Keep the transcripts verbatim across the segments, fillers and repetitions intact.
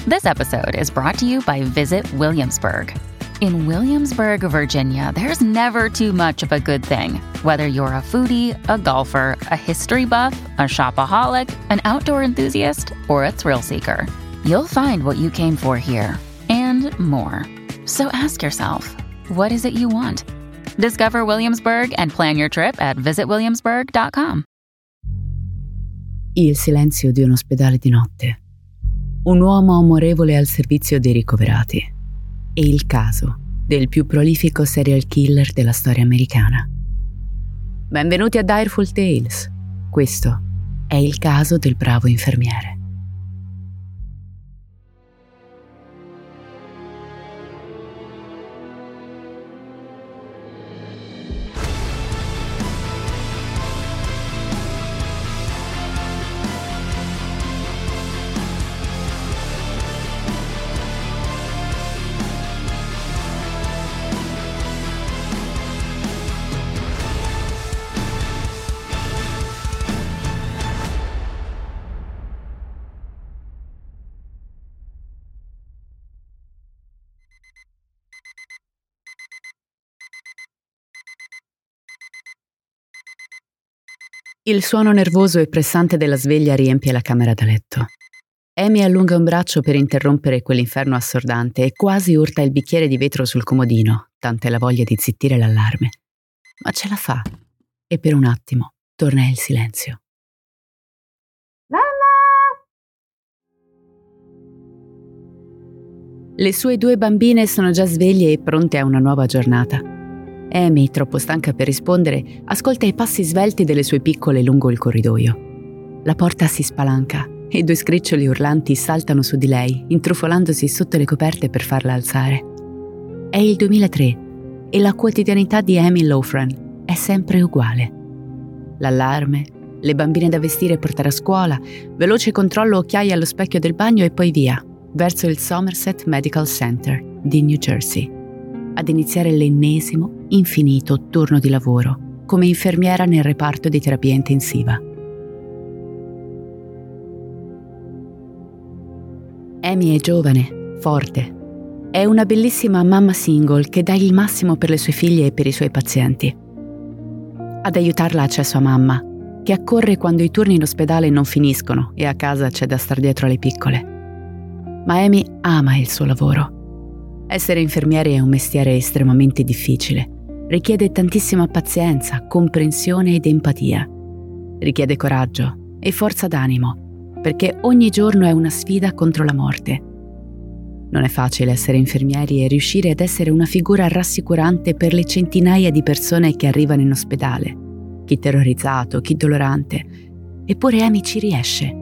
This episode is brought to you by Visit Williamsburg. In Williamsburg, Virginia, there's never too much of a good thing. Whether you're a foodie, a golfer, a history buff, a shopaholic, an outdoor enthusiast, or a thrill seeker, you'll find what you came for here and more. So ask yourself, what is it you want? Discover Williamsburg and plan your trip at visit williamsburg dot com. Il silenzio di un ospedale di notte. Un uomo amorevole al servizio dei ricoverati. E il caso del più prolifico serial killer della storia americana. Benvenuti a Direful Tales. Questo è il caso del bravo infermiere. Il suono nervoso e pressante della sveglia riempie la camera da letto. Amy allunga un braccio per interrompere quell'inferno assordante e quasi urta il bicchiere di vetro sul comodino, tanta è la voglia di zittire l'allarme. Ma ce la fa, e per un attimo torna il silenzio. Mamma! Le sue due bambine sono già sveglie e pronte a una nuova giornata. Amy, troppo stanca per rispondere, ascolta i passi svelti delle sue piccole lungo il corridoio. La porta si spalanca e i due scriccioli urlanti saltano su di lei, intrufolandosi sotto le coperte per farla alzare. È il duemilatré e la quotidianità di Amy Lofran è sempre uguale. L'allarme, le bambine da vestire e portare a scuola, veloce controllo occhiaie allo specchio del bagno e poi via, verso il Somerset Medical Center di New Jersey, ad iniziare l'ennesimo, infinito turno di lavoro come infermiera nel reparto di terapia intensiva. Amy è giovane, forte. È una bellissima mamma single che dà il massimo per le sue figlie e per i suoi pazienti. Ad aiutarla c'è sua mamma, che accorre quando i turni in ospedale non finiscono e a casa c'è da star dietro alle piccole. Ma Amy ama il suo lavoro. Essere infermieri è un mestiere estremamente difficile. Richiede tantissima pazienza, comprensione ed empatia. Richiede coraggio e forza d'animo, perché ogni giorno è una sfida contro la morte. Non è facile essere infermieri e riuscire ad essere una figura rassicurante per le centinaia di persone che arrivano in ospedale, chi terrorizzato, chi dolorante. Eppure Amy ci riesce.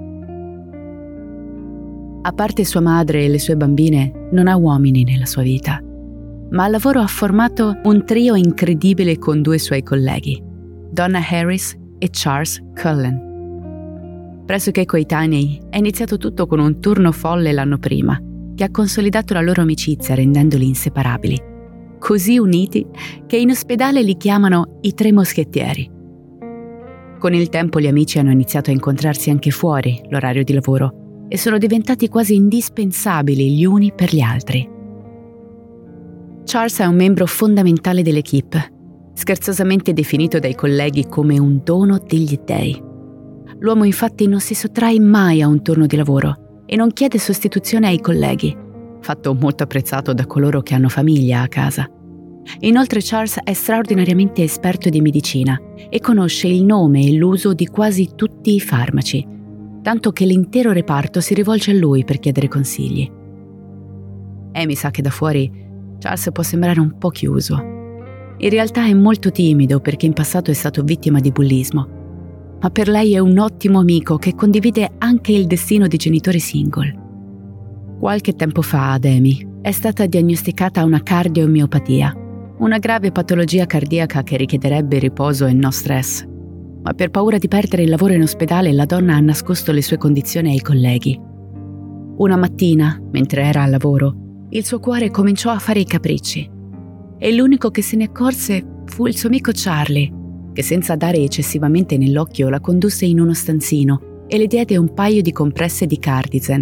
A parte sua madre e le sue bambine, non ha uomini nella sua vita, ma al lavoro ha formato un trio incredibile con due suoi colleghi, Donna Harris e Charles Cullen. Pressoché coetanei, è iniziato tutto con un turno folle l'anno prima, che ha consolidato la loro amicizia rendendoli inseparabili, così uniti che in ospedale li chiamano i tre moschettieri. Con il tempo gli amici hanno iniziato a incontrarsi anche fuori l'orario di lavoro, e sono diventati quasi indispensabili gli uni per gli altri. Charles è un membro fondamentale dell'equipe, scherzosamente definito dai colleghi come un dono degli dèi. L'uomo infatti non si sottrae mai a un turno di lavoro e non chiede sostituzione ai colleghi, fatto molto apprezzato da coloro che hanno famiglia a casa. Inoltre Charles è straordinariamente esperto di medicina e conosce il nome e l'uso di quasi tutti i farmaci, tanto che l'intero reparto si rivolge a lui per chiedere consigli. Amy sa che da fuori Charles può sembrare un po' chiuso. In realtà è molto timido perché in passato è stato vittima di bullismo, ma per lei è un ottimo amico che condivide anche il destino di genitori single. Qualche tempo fa ad Amy è stata diagnosticata una cardiomiopatia, una grave patologia cardiaca che richiederebbe riposo e no stress. Ma per paura di perdere il lavoro in ospedale la donna ha nascosto le sue condizioni ai colleghi. Una mattina, mentre era al lavoro, il suo cuore cominciò a fare i capricci e l'unico che se ne accorse fu il suo amico Charlie, che senza dare eccessivamente nell'occhio la condusse in uno stanzino e le diede un paio di compresse di Cardizem,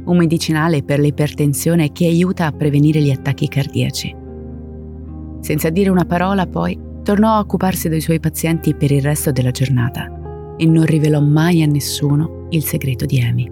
un medicinale per l'ipertensione che aiuta a prevenire gli attacchi cardiaci. Senza dire una parola, poi, tornò a occuparsi dei suoi pazienti per il resto della giornata e non rivelò mai a nessuno il segreto di Amy.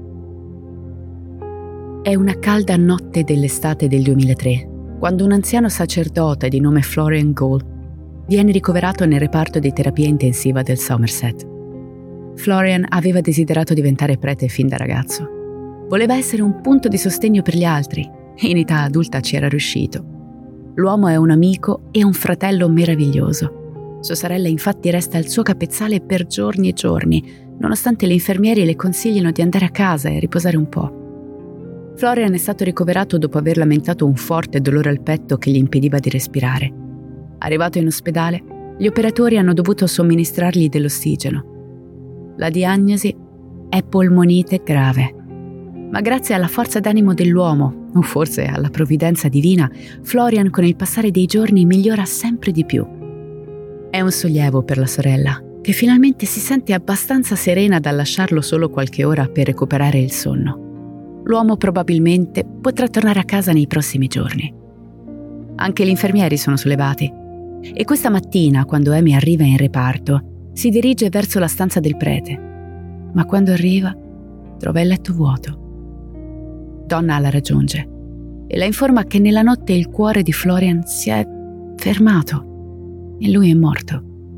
È una calda notte dell'estate del duemilatré, quando un anziano sacerdote di nome Florian Gall viene ricoverato nel reparto di terapia intensiva del Somerset. Florian aveva desiderato diventare prete fin da ragazzo. Voleva essere un punto di sostegno per gli altri e in età adulta ci era riuscito. L'uomo è un amico e un fratello meraviglioso. Sua sorella infatti resta al suo capezzale per giorni e giorni, nonostante le infermiere le consiglino di andare a casa e riposare un po'. Florian è stato ricoverato dopo aver lamentato un forte dolore al petto che gli impediva di respirare. Arrivato in ospedale, gli operatori hanno dovuto somministrargli dell'ossigeno. La diagnosi è polmonite grave. Ma grazie alla forza d'animo dell'uomo, o forse alla provvidenza divina, Florian con il passare dei giorni migliora sempre di più. È un sollievo per la sorella, che finalmente si sente abbastanza serena da lasciarlo solo qualche ora per recuperare il sonno. L'uomo probabilmente potrà tornare a casa nei prossimi giorni. Anche gli infermieri sono sollevati. E questa mattina, quando Amy arriva in reparto, si dirige verso la stanza del prete. Ma quando arriva, trova il letto vuoto. Donna la raggiunge e la informa che nella notte il cuore di Florian si è fermato e lui è morto.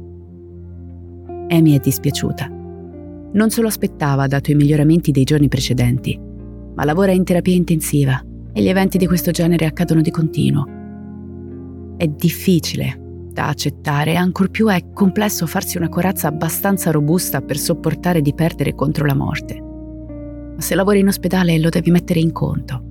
Amy è dispiaciuta. Non se lo aspettava dato i miglioramenti dei giorni precedenti, ma lavora in terapia intensiva e gli eventi di questo genere accadono di continuo. È difficile da accettare e ancor più è complesso farsi una corazza abbastanza robusta per sopportare di perdere contro la morte. Ma se lavori in ospedale lo devi mettere in conto.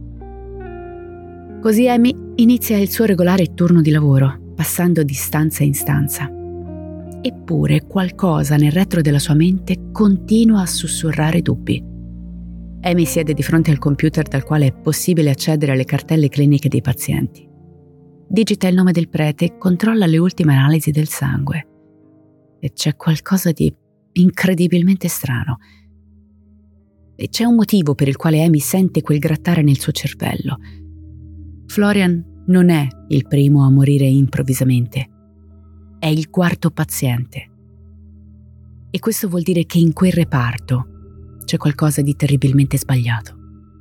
Così Amy inizia il suo regolare turno di lavoro, passando di stanza in stanza. Eppure qualcosa nel retro della sua mente continua a sussurrare dubbi. Amy siede di fronte al computer dal quale è possibile accedere alle cartelle cliniche dei pazienti. Digita il nome del prete e controlla le ultime analisi del sangue. E c'è qualcosa di incredibilmente strano. E c'è un motivo per il quale Amy sente quel grattare nel suo cervello. Florian non è il primo a morire improvvisamente. È il quarto paziente. E questo vuol dire che in quel reparto c'è qualcosa di terribilmente sbagliato.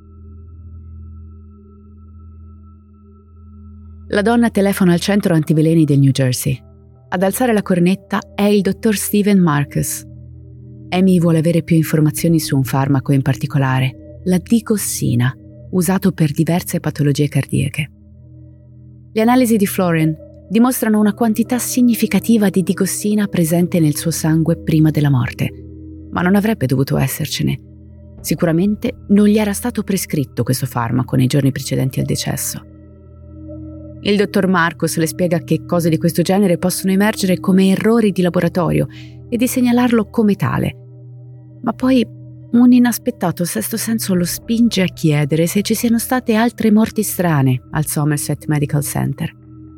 La donna telefona al centro antiveleni del New Jersey. Ad alzare la cornetta è il dottor Steven Marcus. Amy vuole avere più informazioni su un farmaco in particolare, la digoxina, usato per diverse patologie cardiache. Le analisi di Florian dimostrano una quantità significativa di digoxina presente nel suo sangue prima della morte, ma non avrebbe dovuto essercene. Sicuramente non gli era stato prescritto questo farmaco nei giorni precedenti al decesso. Il dottor Marcus le spiega che cose di questo genere possono emergere come errori di laboratorio e di segnalarlo come tale. Ma poi un inaspettato sesto senso lo spinge a chiedere se ci siano state altre morti strane al Somerset Medical Center.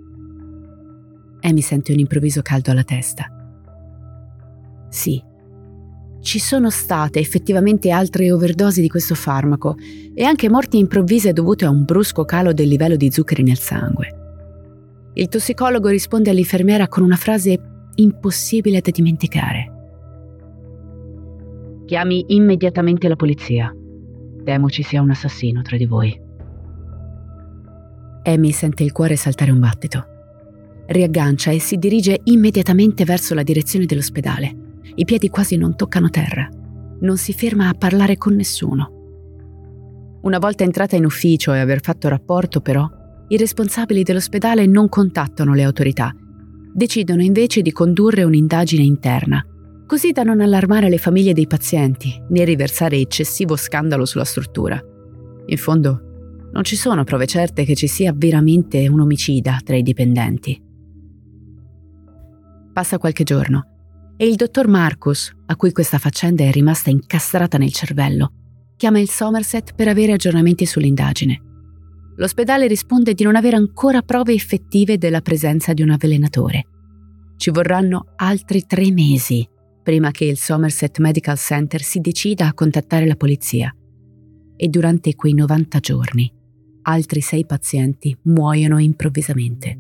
Amy sente un improvviso caldo alla testa. Sì, ci sono state effettivamente altre overdosi di questo farmaco e anche morti improvvise dovute a un brusco calo del livello di zuccheri nel sangue. Il tossicologo risponde all'infermiera con una frase impossibile da dimenticare. Chiami immediatamente la polizia. Temo ci sia un assassino tra di voi. Amy sente il cuore saltare un battito. Riaggancia e si dirige immediatamente verso la direzione dell'ospedale. I piedi quasi non toccano terra. Non si ferma a parlare con nessuno. Una volta entrata in ufficio e aver fatto rapporto, però, i responsabili dell'ospedale non contattano le autorità. Decidono invece di condurre un'indagine interna, così da non allarmare le famiglie dei pazienti né riversare eccessivo scandalo sulla struttura. In fondo, non ci sono prove certe che ci sia veramente un omicida tra i dipendenti. Passa qualche giorno e il dottor Marcus, a cui questa faccenda è rimasta incastrata nel cervello, chiama il Somerset per avere aggiornamenti sull'indagine. L'ospedale risponde di non avere ancora prove effettive della presenza di un avvelenatore. Ci vorranno altri tre mesi prima che il Somerset Medical Center si decida a contattare la polizia. e durante quei novanta giorni altri sei pazienti muoiono improvvisamente.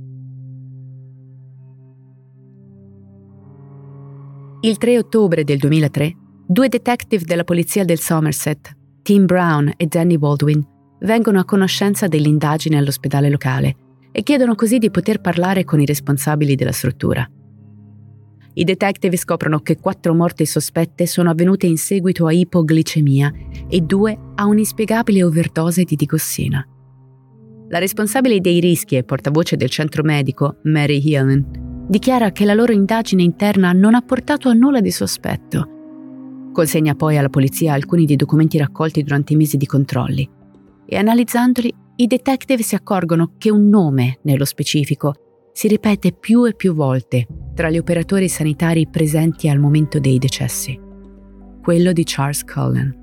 Il tre ottobre del duemilatré, due detective della polizia del Somerset, Tim Brown e Danny Baldwin, vengono a conoscenza dell'indagine all'ospedale locale e chiedono così di poter parlare con i responsabili della struttura. I detective scoprono che quattro morti sospette sono avvenute in seguito a ipoglicemia e due a un'inspiegabile overdose di digossina. La responsabile dei rischi e portavoce del centro medico, Mary Heelan, dichiara che la loro indagine interna non ha portato a nulla di sospetto. Consegna poi alla polizia alcuni dei documenti raccolti durante i mesi di controlli e analizzandoli i detective si accorgono che un nome, nello specifico, si ripete più e più volte tra gli operatori sanitari presenti al momento dei decessi: quello di Charles Cullen.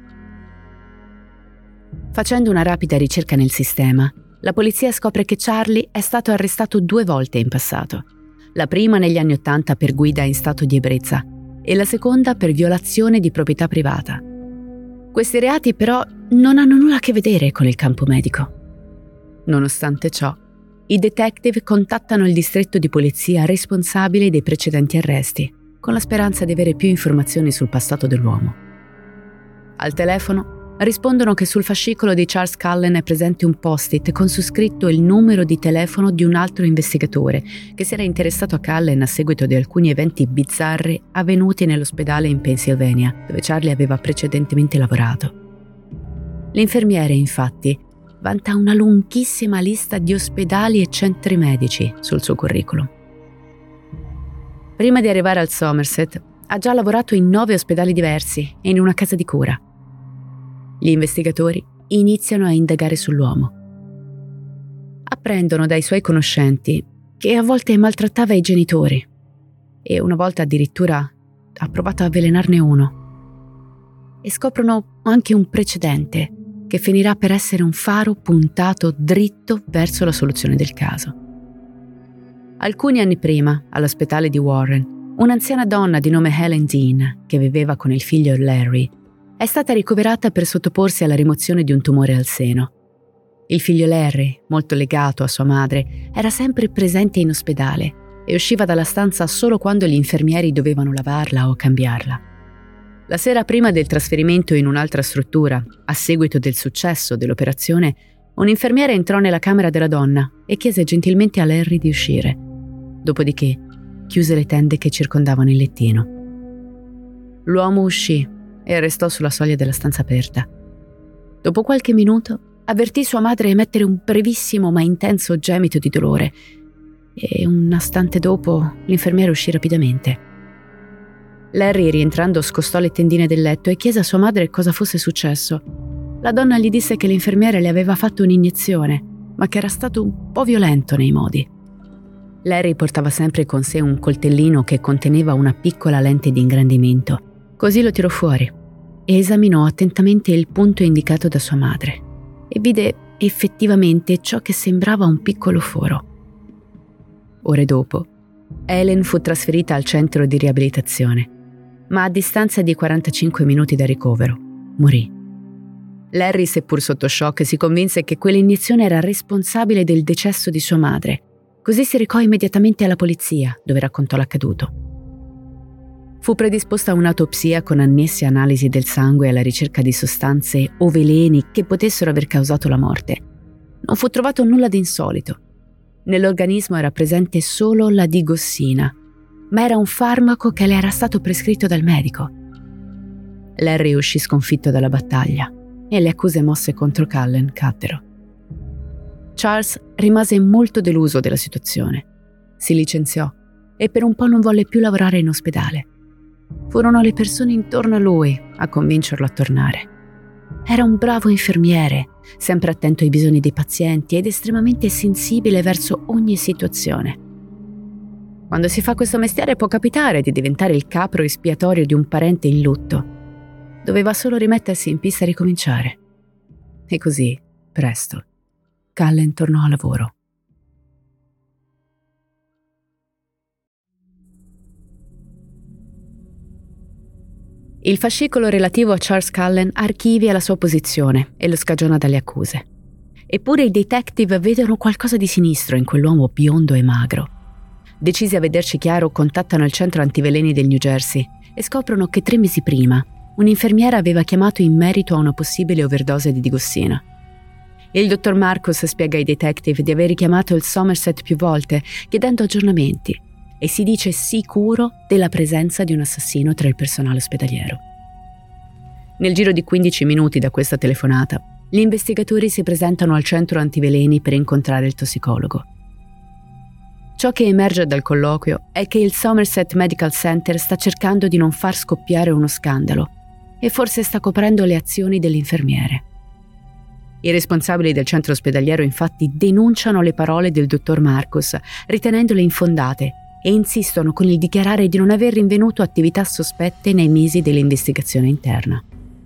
Facendo una rapida ricerca nel sistema, la polizia scopre che Charlie è stato arrestato due volte in passato. La prima negli anni Ottanta per guida in stato di ebbrezza e la seconda per violazione di proprietà privata. Questi reati però non hanno nulla a che vedere con il campo medico. Nonostante ciò, i detective contattano il distretto di polizia responsabile dei precedenti arresti, con la speranza di avere più informazioni sul passato dell'uomo. Al telefono rispondono che sul fascicolo di Charles Cullen è presente un post-it con su scritto il numero di telefono di un altro investigatore che si era interessato a Cullen a seguito di alcuni eventi bizzarri avvenuti nell'ospedale in Pennsylvania, dove Charlie aveva precedentemente lavorato. L'infermiere, infatti, vanta una lunghissima lista di ospedali e centri medici sul suo curriculum. Prima di arrivare al Somerset, ha già lavorato in nove ospedali diversi e in una casa di cura. Gli investigatori iniziano a indagare sull'uomo. Apprendono dai suoi conoscenti che a volte maltrattava i genitori e una volta addirittura ha provato a avvelenarne uno. E scoprono anche un precedente che finirà per essere un faro puntato dritto verso la soluzione del caso. Alcuni anni prima, all'ospedale di Warren, un'anziana donna di nome Helen Dean, che viveva con il figlio Larry, è stata ricoverata per sottoporsi alla rimozione di un tumore al seno. Il figlio Larry, molto legato a sua madre, era sempre presente in ospedale e usciva dalla stanza solo quando gli infermieri dovevano lavarla o cambiarla. La sera prima del trasferimento in un'altra struttura, a seguito del successo dell'operazione, un infermiere entrò nella camera della donna e chiese gentilmente a Larry di uscire. Dopodiché chiuse le tende che circondavano il lettino. L'uomo uscì e restò sulla soglia della stanza aperta. Dopo qualche minuto avvertì sua madre emettere un brevissimo ma intenso gemito di dolore e un istante dopo l'infermiere uscì rapidamente. Larry, rientrando, scostò le tendine del letto e chiese a sua madre cosa fosse successo. La donna gli disse che l'infermiere le aveva fatto un'iniezione, ma che era stato un po' violento nei modi. Larry portava sempre con sé un coltellino che conteneva una piccola lente di ingrandimento. Così lo tirò fuori e esaminò attentamente il punto indicato da sua madre e vide effettivamente ciò che sembrava un piccolo foro. Ore dopo, Helen fu trasferita al centro di riabilitazione, ma a distanza di quarantacinque minuti dal ricovero, morì. Larry, seppur sotto shock, si convinse che quell'iniezione era responsabile del decesso di sua madre. Così si recò immediatamente alla polizia, dove raccontò l'accaduto. Fu predisposta un'autopsia con annesse analisi del sangue alla ricerca di sostanze o veleni che potessero aver causato la morte. Non fu trovato nulla di insolito. Nell'organismo era presente solo la digossina, ma era un farmaco che le era stato prescritto dal medico. Larry uscì sconfitto dalla battaglia e le accuse mosse contro Cullen caddero. Charles rimase molto deluso della situazione. Si licenziò e per un po' non volle più lavorare in ospedale. Furono le persone intorno a lui a convincerlo a tornare. Era un bravo infermiere, sempre attento ai bisogni dei pazienti ed estremamente sensibile verso ogni situazione. Quando si fa questo mestiere può capitare di diventare il capro espiatorio di un parente in lutto. Doveva solo rimettersi in pista e ricominciare. E così, presto, Cullen tornò a lavoro. Il fascicolo relativo a Charles Cullen archivia la sua posizione e lo scagiona dalle accuse. Eppure i detective vedono qualcosa di sinistro in quell'uomo biondo e magro. Decisi a vederci chiaro, contattano il centro antiveleni del New Jersey e scoprono che tre mesi prima un'infermiera aveva chiamato in merito a una possibile overdose di digossina. Il dottor Marcus spiega ai detective di aver richiamato il Somerset più volte, chiedendo aggiornamenti, e si dice sicuro della presenza di un assassino tra il personale ospedaliero. Nel giro di quindici minuti da questa telefonata, gli investigatori si presentano al centro antiveleni per incontrare il tossicologo. Ciò che emerge dal colloquio è che il Somerset Medical Center sta cercando di non far scoppiare uno scandalo e forse sta coprendo le azioni dell'infermiere. I responsabili del centro ospedaliero infatti denunciano le parole del dottor Marcus, ritenendole infondate, e insistono con il dichiarare di non aver rinvenuto attività sospette nei mesi dell'investigazione interna.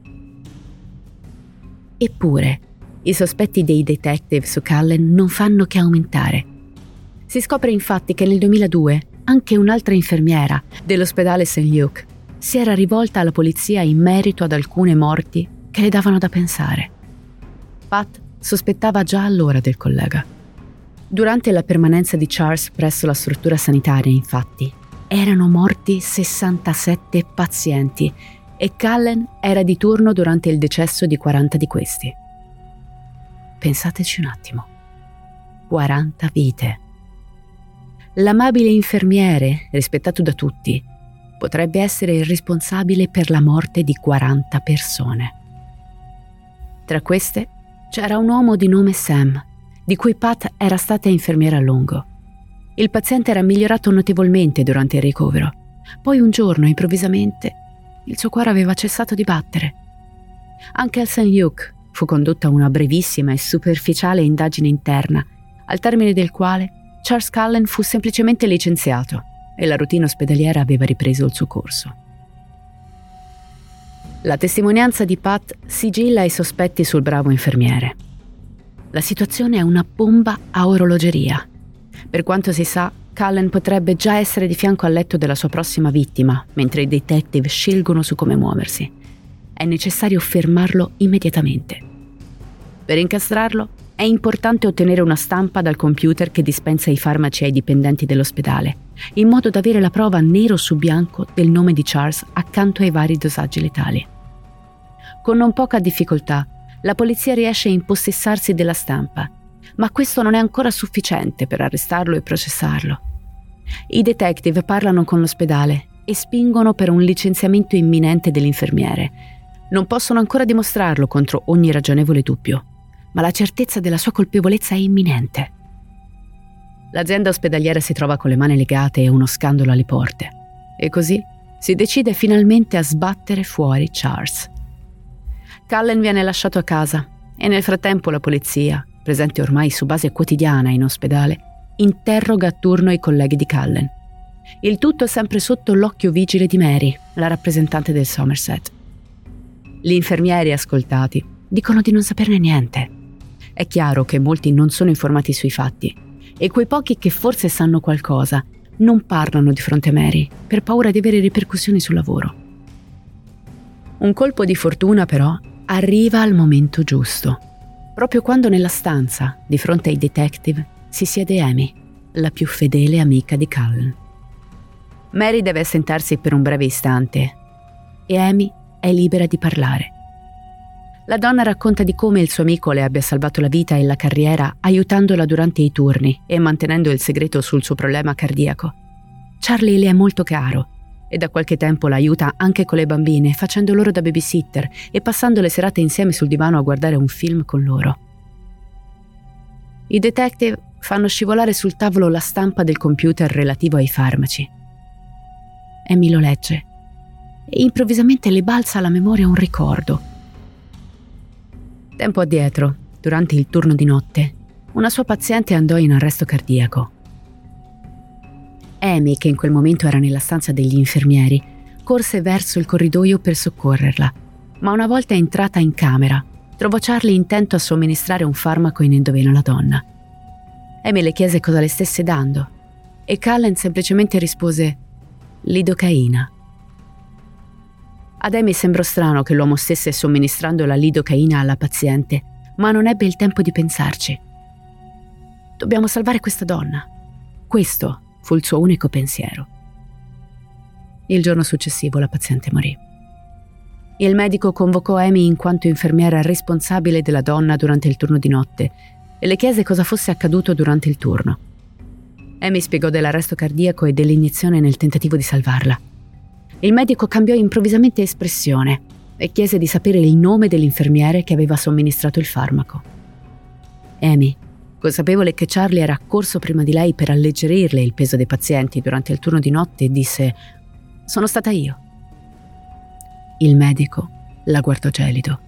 Eppure, i sospetti dei detective su Cullen non fanno che aumentare. Si scopre infatti che nel duemiladue anche un'altra infermiera dell'ospedale Saint Luke si era rivolta alla polizia in merito ad alcune morti che le davano da pensare. Pat sospettava già allora del collega. Durante la permanenza di Charles presso la struttura sanitaria, infatti, erano morti sessantasette pazienti e Cullen era di turno durante il decesso di quaranta di questi. Pensateci un attimo. quaranta vite. L'amabile infermiere, rispettato da tutti, potrebbe essere il responsabile per la morte di quaranta persone. Tra queste c'era un uomo di nome Sam, di cui Pat era stata infermiera a lungo. Il paziente era migliorato notevolmente durante il ricovero. Poi un giorno, improvvisamente, il suo cuore aveva cessato di battere. Anche al Saint Luke fu condotta una brevissima e superficiale indagine interna, al termine del quale Charles Cullen fu semplicemente licenziato e la routine ospedaliera aveva ripreso il suo corso. La testimonianza di Pat sigilla i sospetti sul bravo infermiere. La situazione è una bomba a orologeria. Per quanto si sa, Cullen potrebbe già essere di fianco al letto della sua prossima vittima, mentre i detective scelgono su come muoversi. È necessario fermarlo immediatamente. Per incastrarlo, è importante ottenere una stampa dal computer che dispensa i farmaci ai dipendenti dell'ospedale, in modo da avere la prova nero su bianco del nome di Charles accanto ai vari dosaggi letali. Con non poca difficoltà, la polizia riesce a impossessarsi della stampa, ma questo non è ancora sufficiente per arrestarlo e processarlo. I detective parlano con l'ospedale e spingono per un licenziamento imminente dell'infermiere. Non possono ancora dimostrarlo contro ogni ragionevole dubbio, ma la certezza della sua colpevolezza è imminente. L'azienda ospedaliera si trova con le mani legate e uno scandalo alle porte, e così si decide finalmente a sbattere fuori Charles. Cullen viene lasciato a casa e nel frattempo la polizia, presente ormai su base quotidiana in ospedale, interroga a turno i colleghi di Cullen. Il tutto sempre sotto l'occhio vigile di Mary, la rappresentante del Somerset. Gli infermieri ascoltati dicono di non saperne niente. È chiaro che molti non sono informati sui fatti e quei pochi che forse sanno qualcosa non parlano di fronte a Mary per paura di avere ripercussioni sul lavoro. Un colpo di fortuna però arriva al momento giusto, proprio quando nella stanza, di fronte ai detective, si siede Amy, la più fedele amica di Cullen. Mary deve assentarsi per un breve istante e Amy è libera di parlare. La donna racconta di come il suo amico le abbia salvato la vita e la carriera aiutandola durante i turni e mantenendo il segreto sul suo problema cardiaco. Charlie le è molto caro e da qualche tempo la aiuta anche con le bambine, facendo loro da babysitter e passando le serate insieme sul divano a guardare un film con loro. I detective fanno scivolare sul tavolo la stampa del computer relativo ai farmaci. Amy lo legge e improvvisamente le balza alla memoria un ricordo. Tempo addietro, durante il turno di notte, una sua paziente andò in arresto cardiaco. Amy, che in quel momento era nella stanza degli infermieri, corse verso il corridoio per soccorrerla, ma una volta entrata in camera, trovò Charlie intento a somministrare un farmaco in endoveno alla donna. Amy le chiese cosa le stesse dando e Cullen semplicemente rispose lidocaina. Ad Amy sembrò strano che l'uomo stesse somministrando la lidocaina alla paziente, ma non ebbe il tempo di pensarci. Dobbiamo salvare questa donna. Questo fu il suo unico pensiero. Il giorno successivo la paziente morì. Il medico convocò Amy in quanto infermiera responsabile della donna durante il turno di notte e le chiese cosa fosse accaduto durante il turno. Amy spiegò dell'arresto cardiaco e dell'iniezione nel tentativo di salvarla. Il medico cambiò improvvisamente espressione e chiese di sapere il nome dell'infermiere che aveva somministrato il farmaco. Amy, consapevole che Charlie era accorso prima di lei per alleggerirle il peso dei pazienti durante il turno di notte, disse: «Sono stata io». Il medico la guardò gelido.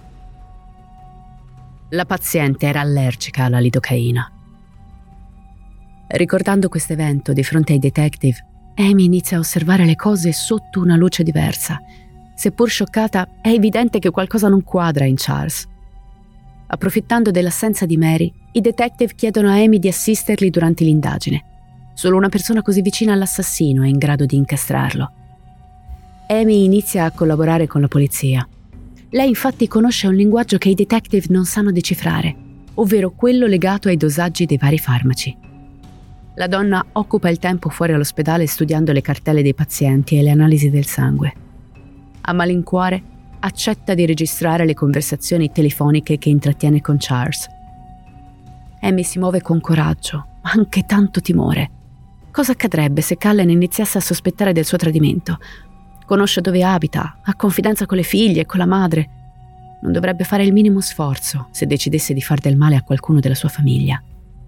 La paziente era allergica alla lidocaina. Ricordando questo evento di fronte ai detective, Amy inizia a osservare le cose sotto una luce diversa. Seppur scioccata, è evidente che qualcosa non quadra in Charles. Approfittando dell'assenza di Mary, i detective chiedono a Amy di assisterli durante l'indagine. Solo una persona così vicina all'assassino è in grado di incastrarlo. Amy inizia a collaborare con la polizia. Lei infatti conosce un linguaggio che i detective non sanno decifrare, ovvero quello legato ai dosaggi dei vari farmaci. La donna occupa il tempo fuori all'ospedale studiando le cartelle dei pazienti e le analisi del sangue. A malincuore, accetta di registrare le conversazioni telefoniche che intrattiene con Charles. Amy si muove con coraggio, ma anche tanto timore. Cosa accadrebbe se Cullen iniziasse a sospettare del suo tradimento? Conosce dove abita, ha confidenza con le figlie e con la madre. Non dovrebbe fare il minimo sforzo se decidesse di far del male a qualcuno della sua famiglia.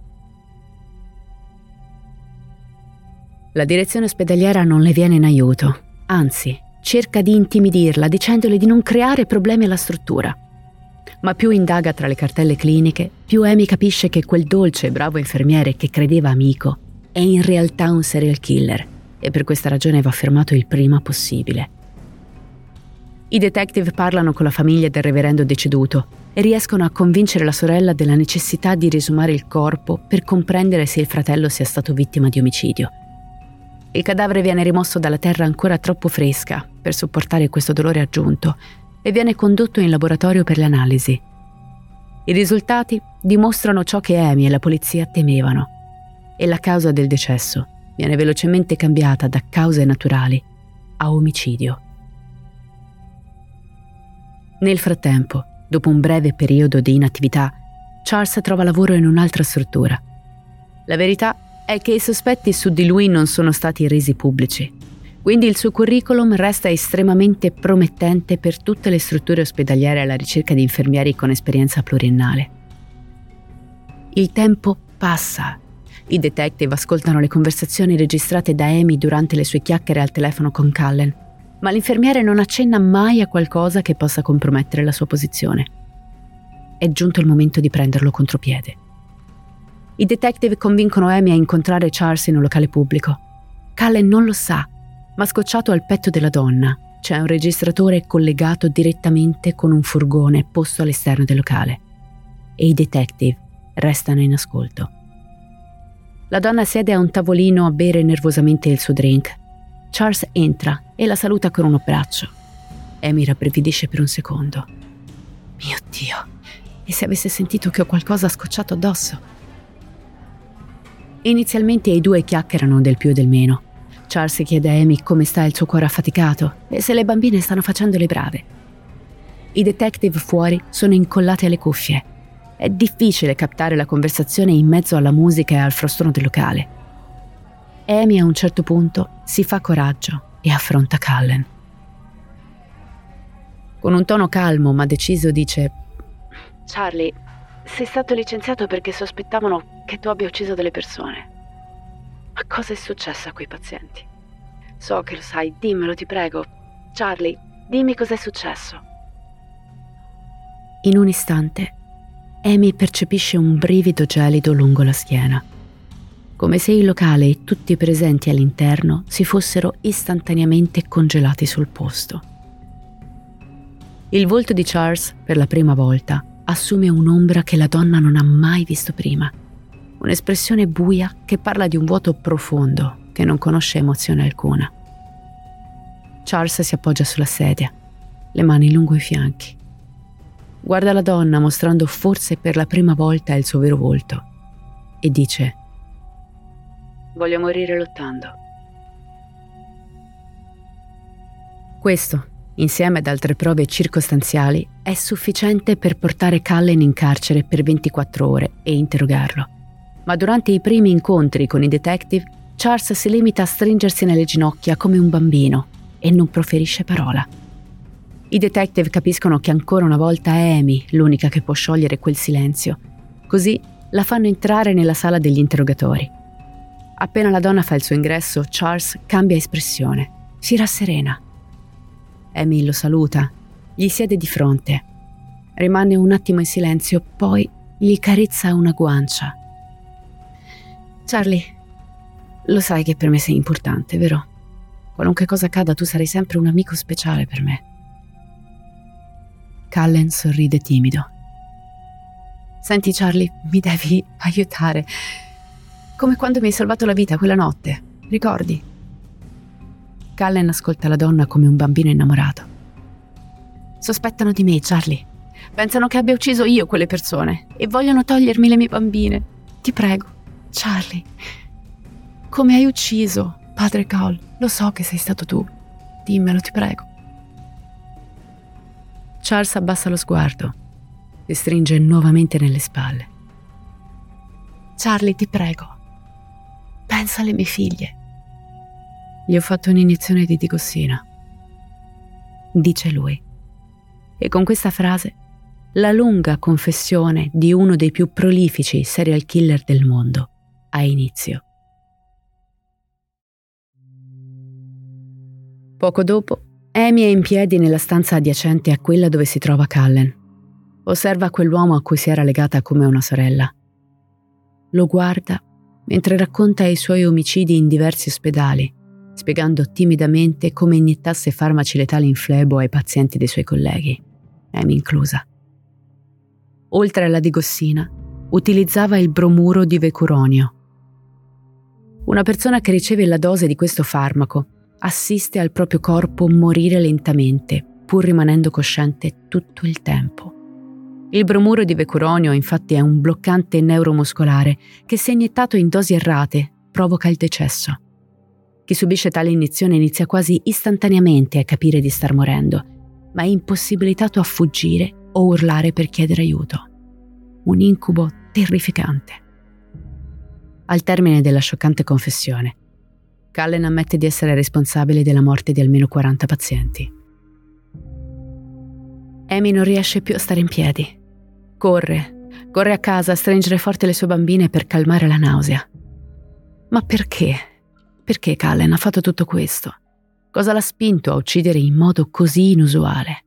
La direzione ospedaliera non le viene in aiuto, anzi, cerca di intimidirla dicendole di non creare problemi alla struttura. Ma più indaga tra le cartelle cliniche, più Amy capisce che quel dolce e bravo infermiere che credeva amico è in realtà un serial killer e per questa ragione va fermato il prima possibile. I detective parlano con la famiglia del reverendo deceduto e riescono a convincere la sorella della necessità di riesumare il corpo per comprendere se il fratello sia stato vittima di omicidio. Il cadavere viene rimosso dalla terra ancora troppo fresca per sopportare questo dolore aggiunto e viene condotto in laboratorio per le analisi. I risultati dimostrano ciò che Amy e la polizia temevano e la causa del decesso viene velocemente cambiata da cause naturali a omicidio. Nel frattempo, dopo un breve periodo di inattività, Charles trova lavoro in un'altra struttura. La verità è che i sospetti su di lui non sono stati resi pubblici, quindi il suo curriculum resta estremamente promettente per tutte le strutture ospedaliere alla ricerca di infermieri con esperienza pluriennale. Il tempo passa. I detective ascoltano le conversazioni registrate da Amy durante le sue chiacchiere al telefono con Cullen, ma l'infermiere non accenna mai a qualcosa che possa compromettere la sua posizione. È giunto il momento di prenderlo contropiede. I detective convincono Amy a incontrare Charles in un locale pubblico. Cullen non lo sa, ma scocciato al petto della donna c'è un registratore collegato direttamente con un furgone posto all'esterno del locale e i detective restano in ascolto. La donna siede a un tavolino a bere nervosamente il suo drink. Charles entra e la saluta con un abbraccio. Amy rabbrividisce per un secondo. Mio Dio, e se avesse sentito che ho qualcosa scocciato addosso? Inizialmente i due chiacchierano del più e del meno. Charles chiede a Amy come sta il suo cuore affaticato e se le bambine stanno facendo le brave. I detective fuori sono incollati alle cuffie. È difficile captare la conversazione in mezzo alla musica e al frastuono del locale. Amy a un certo punto si fa coraggio e affronta Cullen. Con un tono calmo ma deciso dice: Charlie, sei stato licenziato perché sospettavano che tu abbia ucciso delle persone. Ma cosa è successo a quei pazienti? So che lo sai, dimmelo, ti prego. Charlie, dimmi cos'è successo. In un istante, Amy percepisce un brivido gelido lungo la schiena, come se il locale e tutti i presenti all'interno si fossero istantaneamente congelati sul posto. Il volto di Charles, per la prima volta, assume un'ombra che la donna non ha mai visto prima. Un'espressione buia che parla di un vuoto profondo che non conosce emozione alcuna. Charles si appoggia sulla sedia. le mani lungo i fianchi. Guarda la donna mostrando forse per la prima volta il suo vero volto e dice: «Voglio morire lottando». Questo, insieme ad altre prove circostanziali, è sufficiente per portare Cullen in carcere per ventiquattro ore e interrogarlo. Ma durante i primi incontri con i detective, Charles si limita a stringersi nelle ginocchia come un bambino e non proferisce parola. I detective capiscono che ancora una volta è Amy l'unica che può sciogliere quel silenzio. Così la fanno entrare nella sala degli interrogatori. Appena la donna fa il suo ingresso, Charles cambia espressione, si rasserena. Amy lo saluta, gli siede di fronte. Rimane un attimo in silenzio, poi gli carezza una guancia. «Charlie, lo sai che per me sei importante, vero? Qualunque cosa accada, tu sarai sempre un amico speciale per me». Cullen sorride timido. «Senti Charlie, mi devi aiutare. Come quando mi hai salvato la vita quella notte, ricordi?» Cullen ascolta la donna come un bambino innamorato. «Sospettano di me, Charlie. Pensano che abbia ucciso io quelle persone e vogliono togliermi le mie bambine. Ti prego, Charlie. Come hai ucciso padre Cole? Lo so che sei stato tu. Dimmelo, ti prego». Charles abbassa lo sguardo, si stringe nuovamente nelle spalle. «Charlie, ti prego, pensa alle mie figlie». «Gli ho fatto un'iniezione di digossina», dice lui. E con questa frase la lunga confessione di uno dei più prolifici serial killer del mondo ha inizio. Poco dopo, Amy è in piedi nella stanza adiacente a quella dove si trova Cullen. Osserva quell'uomo a cui si era legata come una sorella. Lo guarda mentre racconta i suoi omicidi in diversi ospedali, spiegando timidamente come iniettasse farmaci letali in flebo ai pazienti dei suoi colleghi, Amy inclusa. Oltre alla digossina, utilizzava il bromuro di vecuronio. Una persona che riceve la dose di questo farmaco assiste al proprio corpo morire lentamente, pur rimanendo cosciente tutto il tempo. Il bromuro di vecuronio, infatti, è un bloccante neuromuscolare che, se iniettato in dosi errate, provoca il decesso. Chi subisce tale iniezione inizia quasi istantaneamente a capire di star morendo, ma è impossibilitato a fuggire o urlare per chiedere aiuto. Un incubo terrificante. Al termine della scioccante confessione, Cullen ammette di essere responsabile della morte di almeno quaranta pazienti. Amy non riesce più a stare in piedi. Corre, corre a casa a stringere forte le sue bambine per calmare la nausea. Ma perché? Perché Cullen ha fatto tutto questo? Cosa l'ha spinto a uccidere in modo così inusuale?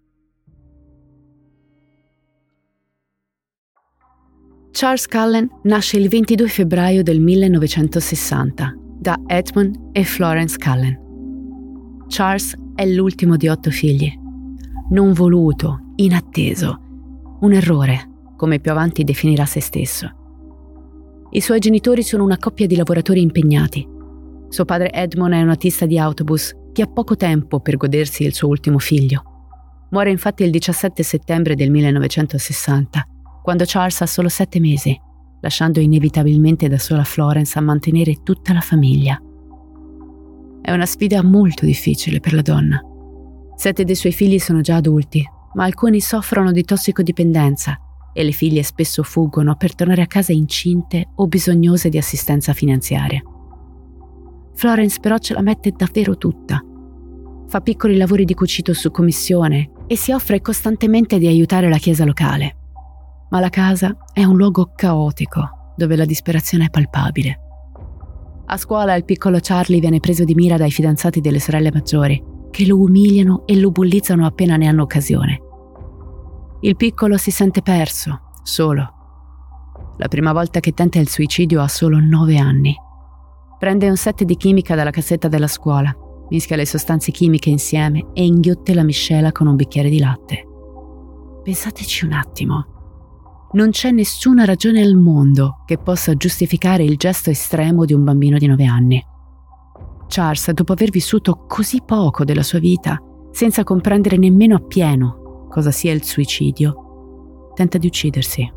Charles Cullen nasce il ventidue febbraio del millenovecentosessanta da Edmund e Florence Cullen. Charles è l'ultimo di otto figli. Non voluto, inatteso, un errore, come più avanti definirà se stesso. I suoi genitori sono una coppia di lavoratori impegnati. Suo padre Edmund è un autista di autobus che ha poco tempo per godersi il suo ultimo figlio. Muore infatti il diciassette settembre del millenovecentosessanta, quando Charles ha solo sette mesi, lasciando inevitabilmente da sola Florence a mantenere tutta la famiglia. È una sfida molto difficile per la donna. Sette dei suoi figli sono già adulti, ma alcuni soffrono di tossicodipendenza e le figlie spesso fuggono per tornare a casa incinte o bisognose di assistenza finanziaria. Florence però ce la mette davvero tutta. Fa piccoli lavori di cucito su commissione e si offre costantemente di aiutare la chiesa locale. Ma la casa è un luogo caotico, dove la disperazione è palpabile. A scuola il piccolo Charlie viene preso di mira dai fidanzati delle sorelle maggiori, che lo umiliano e lo bullizzano appena ne hanno occasione. Il piccolo si sente perso, solo. La prima volta che tenta il suicidio ha solo nove anni. Prende un set di chimica dalla cassetta della scuola, mischia le sostanze chimiche insieme e inghiotte la miscela con un bicchiere di latte. Pensateci un attimo. Non c'è nessuna ragione al mondo che possa giustificare il gesto estremo di un bambino di nove anni. Charles, dopo aver vissuto così poco della sua vita, senza comprendere nemmeno appieno cosa sia il suicidio, tenta di uccidersi.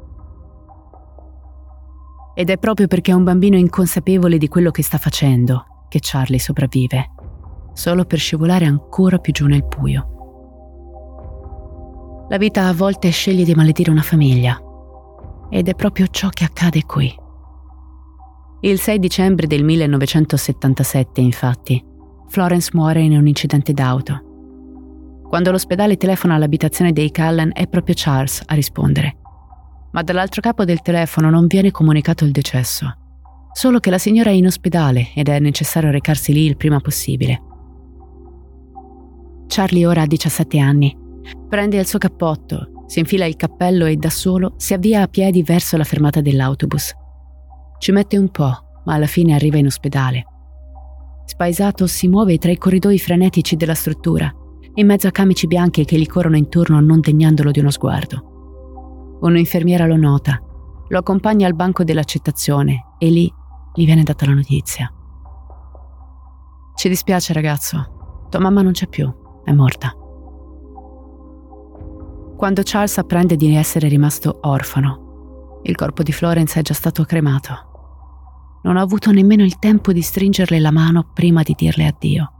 Ed è proprio perché è un bambino inconsapevole di quello che sta facendo che Charlie sopravvive, solo per scivolare ancora più giù nel buio. La vita a volte sceglie di maledire una famiglia, ed è proprio ciò che accade qui. Il sei dicembre del millenovecentosettantasette, infatti, Florence muore in un incidente d'auto. Quando l'ospedale telefona all'abitazione dei Cullen è proprio Charles a rispondere, ma dall'altro capo del telefono non viene comunicato il decesso, solo che la signora è in ospedale ed è necessario recarsi lì il prima possibile. Charlie ora ha diciassette anni. Prende il suo cappotto, si infila il cappello e da solo si avvia a piedi verso la fermata dell'autobus. Ci mette un po', ma alla fine arriva in ospedale. Spaesato si muove tra i corridoi frenetici della struttura, in mezzo a camici bianchi che gli corrono intorno non degnandolo di uno sguardo. Un'infermiera lo nota, lo accompagna al banco dell'accettazione e lì gli viene data la notizia. Ci dispiace ragazzo, tua mamma non c'è più, è morta. Quando Charles apprende di essere rimasto orfano, il corpo di Florence è già stato cremato. Non ha avuto nemmeno il tempo di stringerle la mano prima di dirle addio.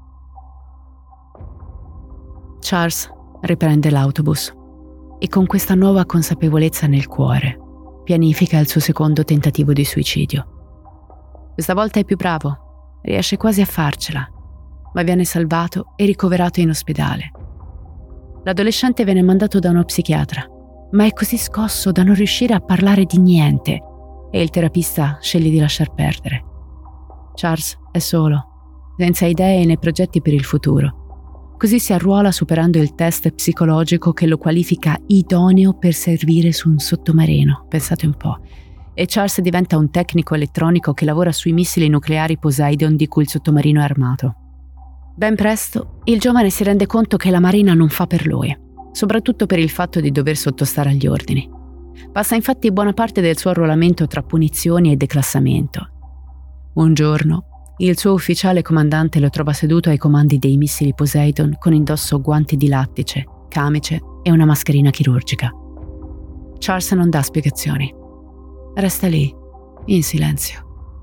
Charles riprende l'autobus e con questa nuova consapevolezza nel cuore pianifica il suo secondo tentativo di suicidio. Questa volta è più bravo, riesce quasi a farcela, ma viene salvato e ricoverato in ospedale. L'adolescente viene mandato da uno psichiatra, ma è così scosso da non riuscire a parlare di niente e il terapista sceglie di lasciar perdere. Charles è solo, senza idee né progetti per il futuro. Così si arruola superando il test psicologico che lo qualifica idoneo per servire su un sottomarino, pensate un po', e Charles diventa un tecnico elettronico che lavora sui missili nucleari Poseidon di cui il sottomarino è armato. Ben presto, il giovane si rende conto che la marina non fa per lui, soprattutto per il fatto di dover sottostare agli ordini. Passa infatti buona parte del suo arruolamento tra punizioni e declassamento. Un giorno, il suo ufficiale comandante lo trova seduto ai comandi dei missili Poseidon con indosso guanti di lattice, camice e una mascherina chirurgica. Charles non dà spiegazioni. Resta lì, in silenzio.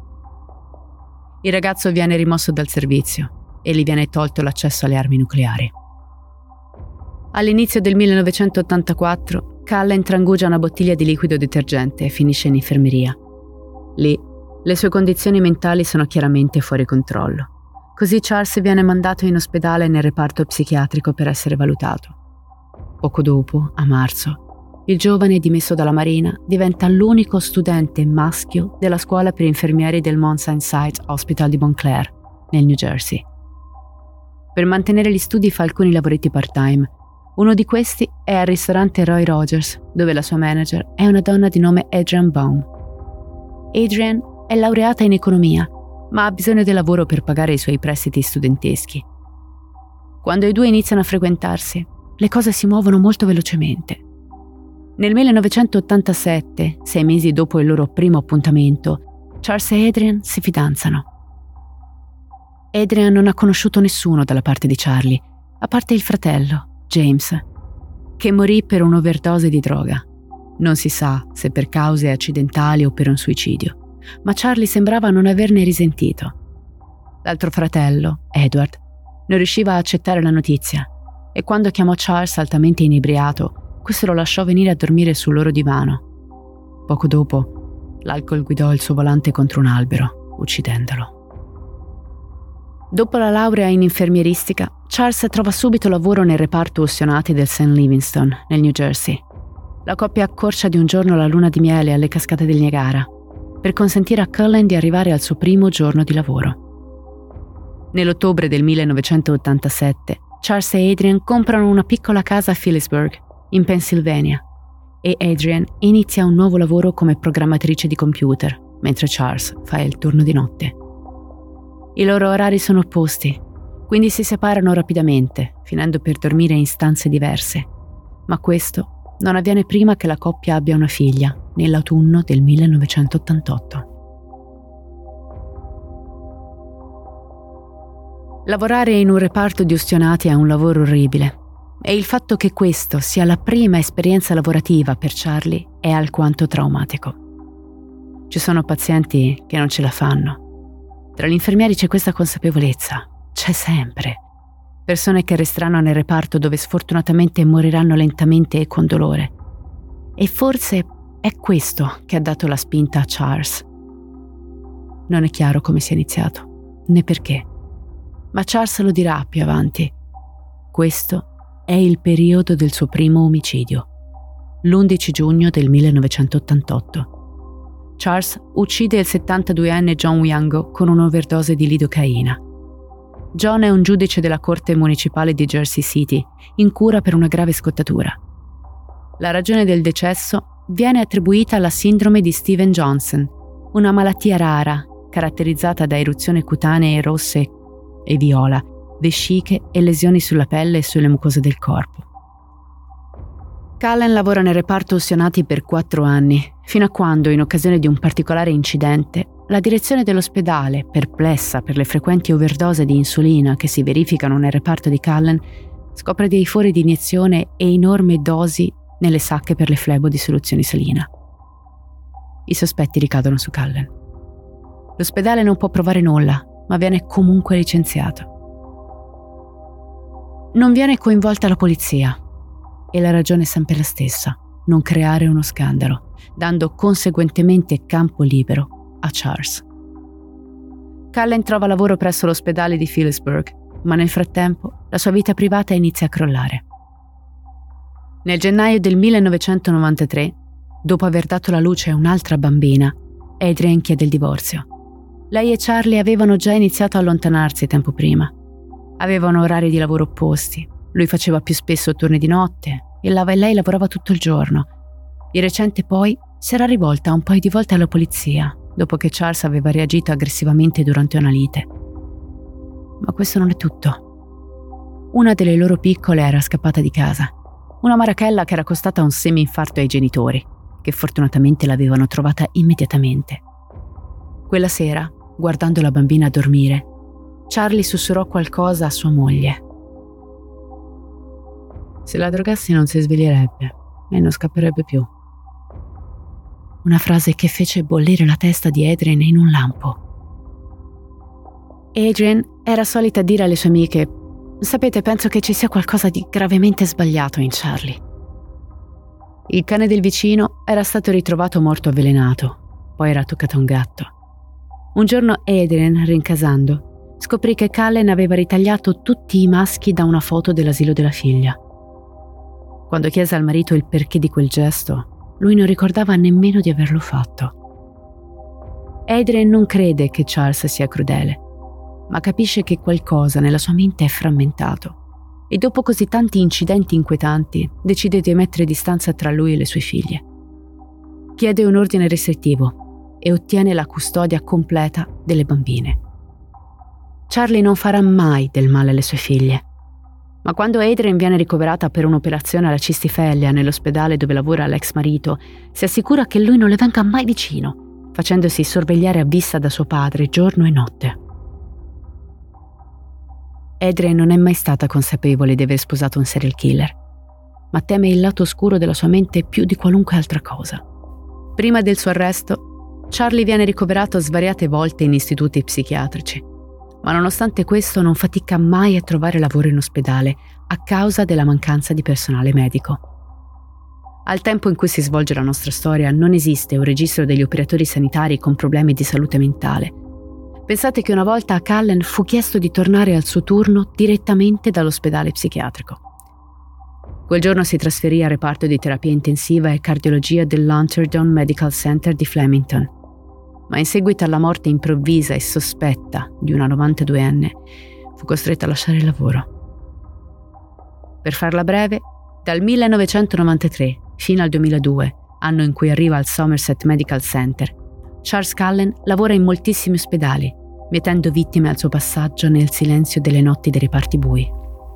Il ragazzo viene rimosso dal servizio e gli viene tolto l'accesso alle armi nucleari. All'inizio del millenovecentottantaquattro, Cullen trangugia una bottiglia di liquido detergente e finisce in infermeria. Lì, le sue condizioni mentali sono chiaramente fuori controllo. Così Charles viene mandato in ospedale nel reparto psichiatrico per essere valutato. Poco dopo, a marzo, il giovane dimesso dalla Marina diventa l'unico studente maschio della scuola per infermieri del Mount Sinai Hospital di Montclair, nel New Jersey. Per mantenere gli studi fa alcuni lavoretti part-time. Uno di questi è al ristorante Roy Rogers, dove la sua manager è una donna di nome Adrienne Baum. Adrienne è laureata in economia, ma ha bisogno del lavoro per pagare i suoi prestiti studenteschi. Quando i due iniziano a frequentarsi, le cose si muovono molto velocemente. Nel millenovecentottantasette, sei mesi dopo il loro primo appuntamento, Charles e Adrienne si fidanzano. Adrienne non ha conosciuto nessuno dalla parte di Charlie, a parte il fratello, James, che morì per un'overdose di droga. Non si sa se per cause accidentali o per un suicidio, ma Charlie sembrava non averne risentito. L'altro fratello, Edward, non riusciva a accettare la notizia e quando chiamò Charles altamente inebriato, questo lo lasciò venire a dormire sul loro divano. Poco dopo, l'alcol guidò il suo volante contro un albero, uccidendolo. Dopo la laurea in infermieristica, Charles trova subito lavoro nel reparto ustionati del Saint Livingston, nel New Jersey. La coppia accorcia di un giorno la luna di miele alle cascate del Niagara, per consentire a Cullen di arrivare al suo primo giorno di lavoro. Nell'ottobre del millenovecentottantasette, Charles e Adrienne comprano una piccola casa a Phillipsburg, in Pennsylvania, e Adrienne inizia un nuovo lavoro come programmatrice di computer, mentre Charles fa il turno di notte. I loro orari sono opposti, quindi si separano rapidamente, finendo per dormire in stanze diverse. Ma questo non avviene prima che la coppia abbia una figlia, nell'autunno del millenovecentottantotto. Lavorare in un reparto di ustionati è un lavoro orribile e il fatto che questo sia la prima esperienza lavorativa per Charlie è alquanto traumatico. Ci sono pazienti che non ce la fanno. Tra gli infermieri c'è questa consapevolezza, c'è sempre. Persone che resteranno nel reparto dove sfortunatamente moriranno lentamente e con dolore. E forse è questo che ha dato la spinta a Charles. Non è chiaro come sia iniziato, né perché. Ma Charles lo dirà più avanti. Questo è il periodo del suo primo omicidio, l'undici giugno del millenovecentottantotto. Charles uccide il settantaduenne John Wiango con un'overdose di lidocaina. John è un giudice della Corte Municipale di Jersey City, in cura per una grave scottatura. La ragione del decesso viene attribuita alla sindrome di Stevens-Johnson, una malattia rara caratterizzata da eruzioni cutanee rosse e viola, vesciche e lesioni sulla pelle e sulle mucose del corpo. Cullen lavora nel reparto ustionati per quattro anni, fino a quando, in occasione di un particolare incidente, la direzione dell'ospedale, perplessa per le frequenti overdose di insulina che si verificano nel reparto di Cullen, scopre dei fori di iniezione e enormi dosi nelle sacche per le flebo di soluzione salina. I sospetti ricadono su Cullen. L'ospedale non può provare nulla, ma viene comunque licenziato. Non viene coinvolta la polizia e la ragione è sempre la stessa: non creare uno scandalo, dando conseguentemente campo libero a Charles. Cullen trova lavoro presso l'ospedale di Phillipsburg, ma nel frattempo la sua vita privata inizia a crollare. Nel gennaio del millenovecentonovantatré, dopo aver dato alla luce a un'altra bambina, Adrienne chiede il divorzio. Lei e Charlie avevano già iniziato a allontanarsi tempo prima. Avevano orari di lavoro opposti. Lui faceva più spesso turni di notte e lei lavorava tutto il giorno. Di recente poi si era rivolta un paio di volte alla polizia, dopo che Charles aveva reagito aggressivamente durante una lite. Ma questo non è tutto. Una delle loro piccole era scappata di casa. Una marachella che era costata un semi-infarto ai genitori, che fortunatamente l'avevano trovata immediatamente. Quella sera, guardando la bambina dormire, Charlie sussurrò qualcosa a sua moglie. Se la drogassi non si sveglierebbe e non scapperebbe più. Una frase che fece bollire la testa di Adrienne in un lampo. Adrienne era solita dire alle sue amiche: «Sapete, penso che ci sia qualcosa di gravemente sbagliato in Charlie». Il cane del vicino era stato ritrovato morto avvelenato, poi era toccato a un gatto. Un giorno Adrienne, rincasando, scoprì che Cullen aveva ritagliato tutti i maschi da una foto dell'asilo della figlia. Quando chiese al marito il perché di quel gesto, lui non ricordava nemmeno di averlo fatto. Adrienne non crede che Charles sia crudele, ma capisce che qualcosa nella sua mente è frammentato e dopo così tanti incidenti inquietanti decide di mettere distanza tra lui e le sue figlie. Chiede un ordine restrittivo e ottiene la custodia completa delle bambine. Charlie non farà mai del male alle sue figlie, ma quando Adrienne viene ricoverata per un'operazione alla cistifellea nell'ospedale dove lavora l'ex marito, si assicura che lui non le venga mai vicino, facendosi sorvegliare a vista da suo padre giorno e notte. Adrienne non è mai stata consapevole di aver sposato un serial killer, ma teme il lato oscuro della sua mente più di qualunque altra cosa. Prima del suo arresto, Charlie viene ricoverato svariate volte in istituti psichiatrici, ma nonostante questo non fatica mai a trovare lavoro in ospedale a causa della mancanza di personale medico. Al tempo in cui si svolge la nostra storia non esiste un registro degli operatori sanitari con problemi di salute mentale. Pensate che una volta a Cullen fu chiesto di tornare al suo turno direttamente dall'ospedale psichiatrico. Quel giorno si trasferì al reparto di terapia intensiva e cardiologia dell'Hunterdon Medical Center di Flemington, ma in seguito alla morte improvvisa e sospetta di una novantaduenne fu costretta a lasciare il lavoro. Per farla breve, dal millenovecentonovantatré fino al duemiladue, anno in cui arriva al Somerset Medical Center, Charles Cullen lavora in moltissimi ospedali, mietendo vittime al suo passaggio nel silenzio delle notti dei reparti bui.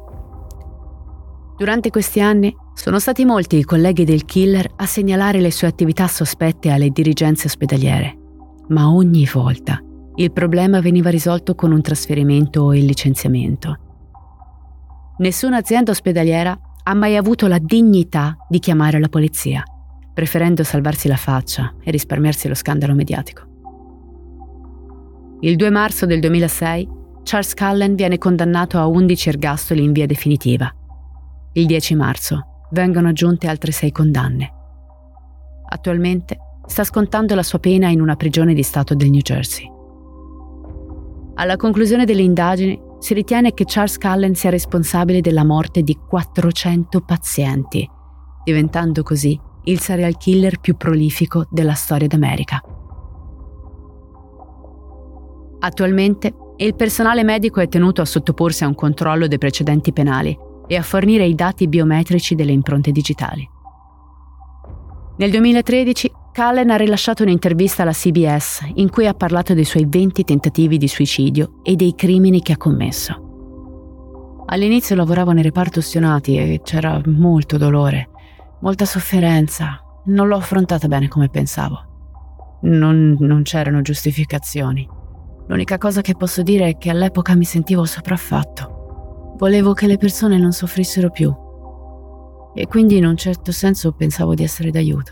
Durante questi anni sono stati molti i colleghi del killer a segnalare le sue attività sospette alle dirigenze ospedaliere, ma ogni volta il problema veniva risolto con un trasferimento o il licenziamento. Nessuna azienda ospedaliera ha mai avuto la dignità di chiamare la polizia, preferendo salvarsi la faccia e risparmiarsi lo scandalo mediatico. Il due marzo del duemilasei, Charles Cullen viene condannato a undici ergastoli in via definitiva. Il dieci marzo vengono aggiunte altre sei condanne. Attualmente sta scontando la sua pena in una prigione di Stato del New Jersey. Alla conclusione delle indagini si ritiene che Charles Cullen sia responsabile della morte di quattrocento pazienti, diventando così il serial killer più prolifico della storia d'America. Attualmente il personale medico è tenuto a sottoporsi a un controllo dei precedenti penali e a fornire i dati biometrici delle impronte digitali. Nel duemilatredici Cullen ha rilasciato un'intervista alla C B S in cui ha parlato dei suoi venti tentativi di suicidio e dei crimini che ha commesso. All'inizio lavoravo nel reparto ustionati e c'era molto dolore, molta sofferenza. Non l'ho affrontata bene come pensavo. Non, non c'erano giustificazioni. L'unica cosa che posso dire è che all'epoca mi sentivo sopraffatto. Volevo che le persone non soffrissero più. E quindi in un certo senso pensavo di essere d'aiuto.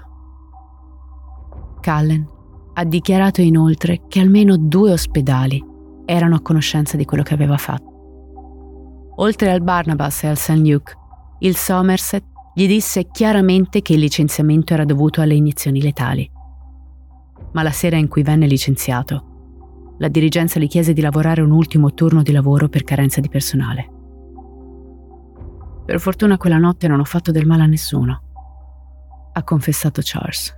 Cullen ha dichiarato inoltre che almeno due ospedali erano a conoscenza di quello che aveva fatto. Oltre al Barnabas e al Saint Luke, il Somerset gli disse chiaramente che il licenziamento era dovuto alle iniezioni letali. Ma la sera in cui venne licenziato, la dirigenza gli chiese di lavorare un ultimo turno di lavoro per carenza di personale. Per fortuna quella notte non ho fatto del male a nessuno, ha confessato Charles.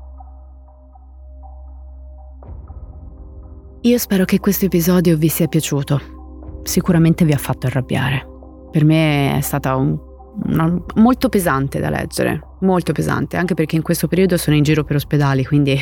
Io spero che questo episodio vi sia piaciuto. Sicuramente vi ha fatto arrabbiare. Per me è stata un, una, molto pesante da leggere, molto pesante, anche perché in questo periodo sono in giro per ospedali, quindi...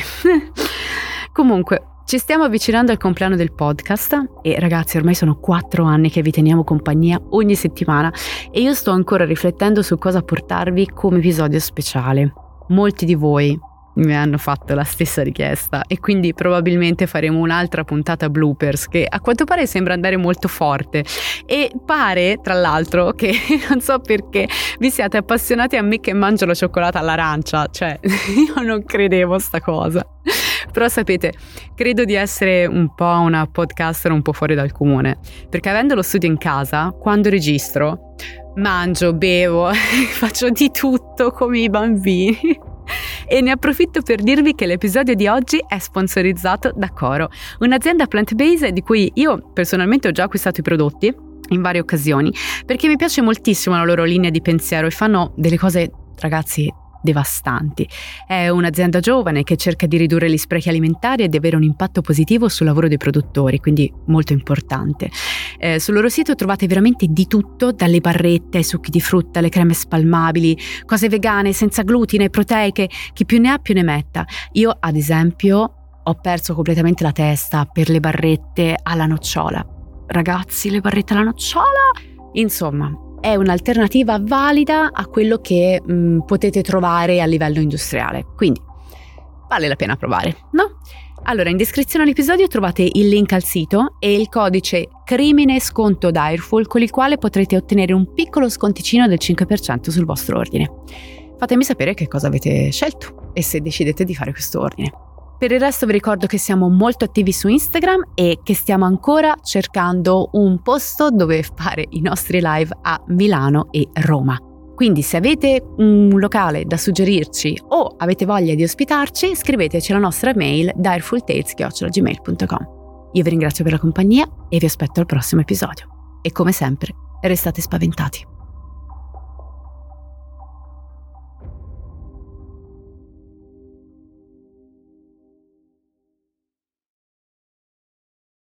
Comunque, ci stiamo avvicinando al compleanno del podcast e ragazzi ormai sono quattro anni che vi teniamo compagnia ogni settimana e io sto ancora riflettendo su cosa portarvi come episodio speciale. Molti di voi mi hanno fatto la stessa richiesta e quindi probabilmente faremo un'altra puntata bloopers che a quanto pare sembra andare molto forte e pare tra l'altro che non so perché vi siate appassionati a me che mangio la cioccolata all'arancia, cioè io non credevo sta cosa. Però sapete, credo di essere un po' una podcaster un po' fuori dal comune, perché avendo lo studio in casa, quando registro, mangio, bevo, faccio di tutto come i bambini. E ne approfitto per dirvi che l'episodio di oggi è sponsorizzato da Coro, un'azienda plant-based di cui io personalmente ho già acquistato i prodotti in varie occasioni, perché mi piace moltissimo la loro linea di pensiero e fanno delle cose, ragazzi, devastanti. È un'azienda giovane che cerca di ridurre gli sprechi alimentari e di avere un impatto positivo sul lavoro dei produttori, quindi molto importante. Eh, sul loro sito trovate veramente di tutto, dalle barrette ai succhi di frutta, alle creme spalmabili, cose vegane, senza glutine, proteiche, chi più ne ha più ne metta. Io ad esempio ho perso completamente la testa per le barrette alla nocciola. Ragazzi, le barrette alla nocciola, insomma, è un'alternativa valida a quello che mh, potete trovare a livello industriale, quindi vale la pena provare, no? Allora, in descrizione all'episodio trovate il link al sito e il codice crimine sconto Direful con il quale potrete ottenere un piccolo sconticino del cinque per cento sul vostro ordine. Fatemi sapere che cosa avete scelto e se decidete di fare questo ordine. Per il resto vi ricordo che siamo molto attivi su Instagram e che stiamo ancora cercando un posto dove fare i nostri live a Milano e Roma. Quindi se avete un locale da suggerirci o avete voglia di ospitarci, scriveteci alla nostra mail direfultales chiocciola gmail punto com. Io vi ringrazio per la compagnia e vi aspetto al prossimo episodio. E come sempre, restate spaventati.